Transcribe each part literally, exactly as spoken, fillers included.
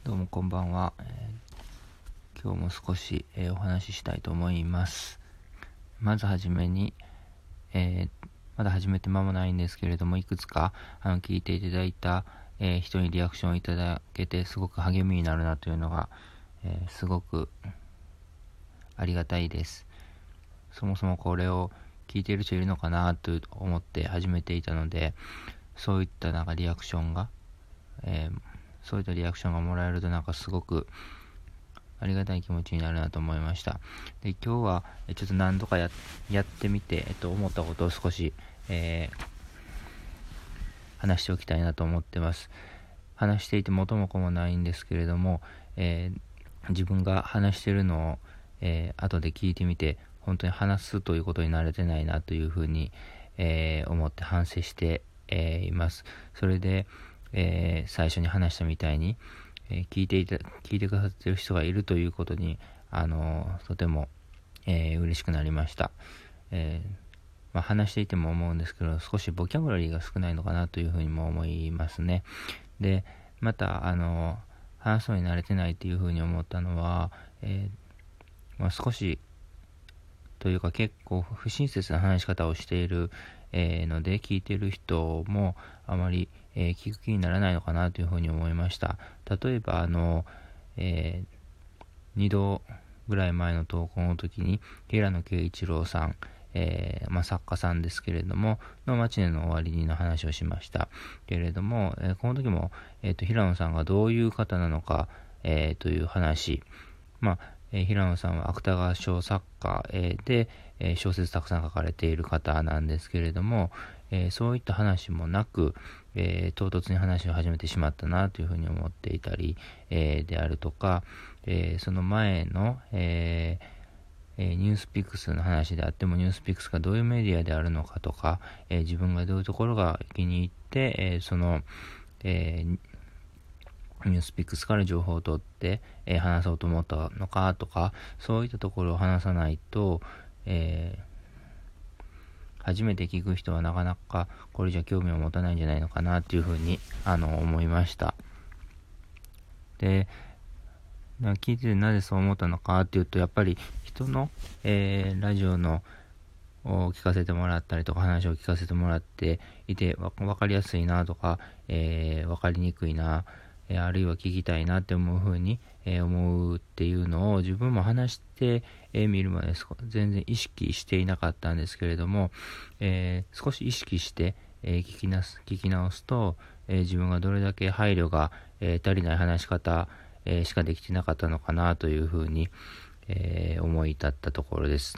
どうもこんばんは、えー今日も少し、えーお話ししたいと思います。まずはじめに、えーまだ始めて間もないんですけれども、いくつかあの聞いていただいた、えー人にリアクションをいただけてすごく励みになるなというのが、えーすごくありがたいです。そもそもこれを聞いている人いるのかなと思って始めていたので、そういったなんかリアクションが、えーそういったリアクションがもらえるとなんかすごくありがたい気持ちになるなと思いました。で、今日はちょっと何度か や, やってみて、えっと、思ったことを少し、えー話しておきたいなと思ってます。話していて元も子もないんですけれども、えー自分が話しているのを、えー後で聞いてみて、本当に話すということに慣れてないなというふうに、えー思って反省して、えーいます。それで、えー最初に話したみたいに、えー聞いていた聞いてくださっている人がいるということに、あのーとても、えー嬉しくなりました。えーまあ、話していても思うんですけど、少しボキャブラリーが少ないのかなというふうにも思いますね。で、また、あのー話そうに慣れてないというふうに思ったのは、えーまあ、少しというか結構不親切な話し方をしている、えーので、聞いている人もあまり、えー聞く気にならないのかなというふうに思いました。例えばあの、えー、にどぐらい前の投稿の時に平野啓一郎さん、えーまあ、作家さんですけれどものマチネの終わりにの話をしましたけれども、えーこの時も、えーと、平野さんがどういう方なのか、えーという話、まあえー平野さんは芥川賞作家、えーで、えー小説たくさん書かれている方なんですけれども、えーそういった話もなく、えー唐突に話を始めてしまったなというふうに思っていたり、えーであるとか、えーその前の、えーえーニュースピックスの話であっても、ニュースピックスがどういうメディアであるのかとか、えー自分がどういうところが気に入って、えーその、えーニュースピックスから情報を取って、えー話そうと思ったのかとか、そういったところを話さないと、えー初めて聞く人はなかなかこれじゃ興味を持たないんじゃないのかなというふうにあの思いました。で、聞いててなぜそう思ったのかっていうと、やっぱり人の、えーラジオのを聞かせてもらったりとか、話を聞かせてもらっていて、わ分かりやすいなとか、えー分かりにくいな、えーあるいは聞きたいなって思う風に、えー思うっていうのを自分も話してみ、えーるまで全然意識していなかったんですけれども、えー少し意識して、えー聞きなす聞き直すと、えー自分がどれだけ配慮が、えー足りない話し方、えーしかできてなかったのかなという風に、えー思い至ったところです。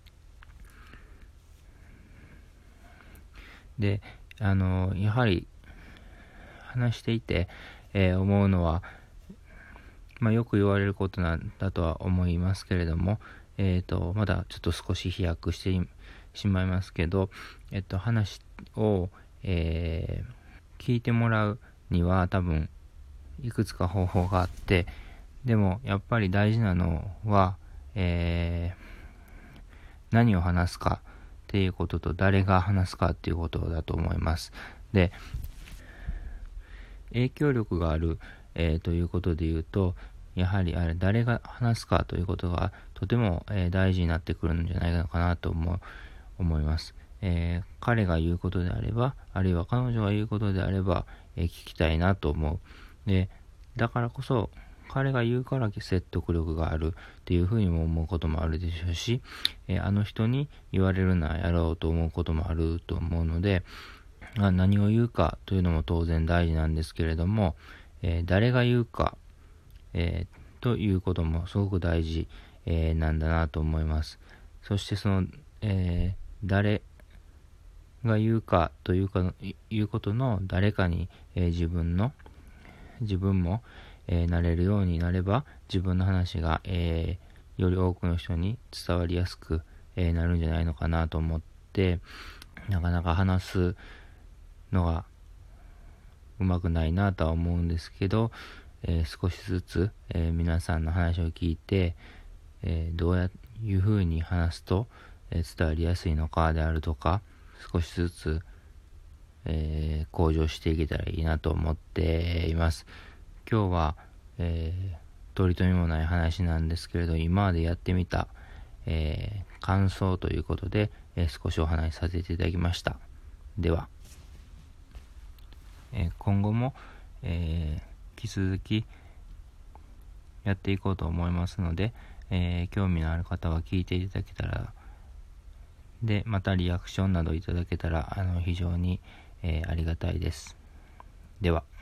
で、あのやはり話していて、えー思うのは、まあ、よく言われることなんだとは思いますけれども、えーと、まだちょっと少し飛躍してしまいますけど、えっと、話を、えー聞いてもらうには多分いくつか方法があって、でもやっぱり大事なのは、えー何を話すかっていうことと、誰が話すかっていうことだと思います。で、影響力がある、えーということで言うと、やはりあれ誰が話すかということがとても、えー大事になってくるんじゃないのかなと思う思います。えー彼が言うことであれば、あるいは彼女が言うことであれば、えー聞きたいなと思う。で、だからこそ彼が言うから説得力があるっていうふうにも思うこともあるでしょうし、えーあの人に言われるならやろうと思うこともあると思うので、まあ何を言うかというのも当然大事なんですけれども、えー誰が言うか、えーということもすごく大事、えーなんだなと思います。そしてその、えー誰が言うかというかいうことの誰かに、えー自分の自分も、えーなれるようになれば、自分の話が、えーより多くの人に伝わりやすく、えーなるんじゃないのかなと思って、なかなか話すのがうまくないなとは思うんですけど、えー少しずつ、えー皆さんの話を聞いて、えーどうやいうふうに話すと、えー伝わりやすいのかであるとか、少しずつ、えー向上していけたらいいなと思っています。今日は、 えー、取り留めもない話なんですけれど、今までやってみた、えー、感想ということで、えー、少しお話しさせていただきました。では、えー、今後も、えー、引き続きやっていこうと思いますので、えー、興味のある方は聞いていただけたら、でまたリアクションなどいただけたらあの非常に、えー、ありがたいです。では。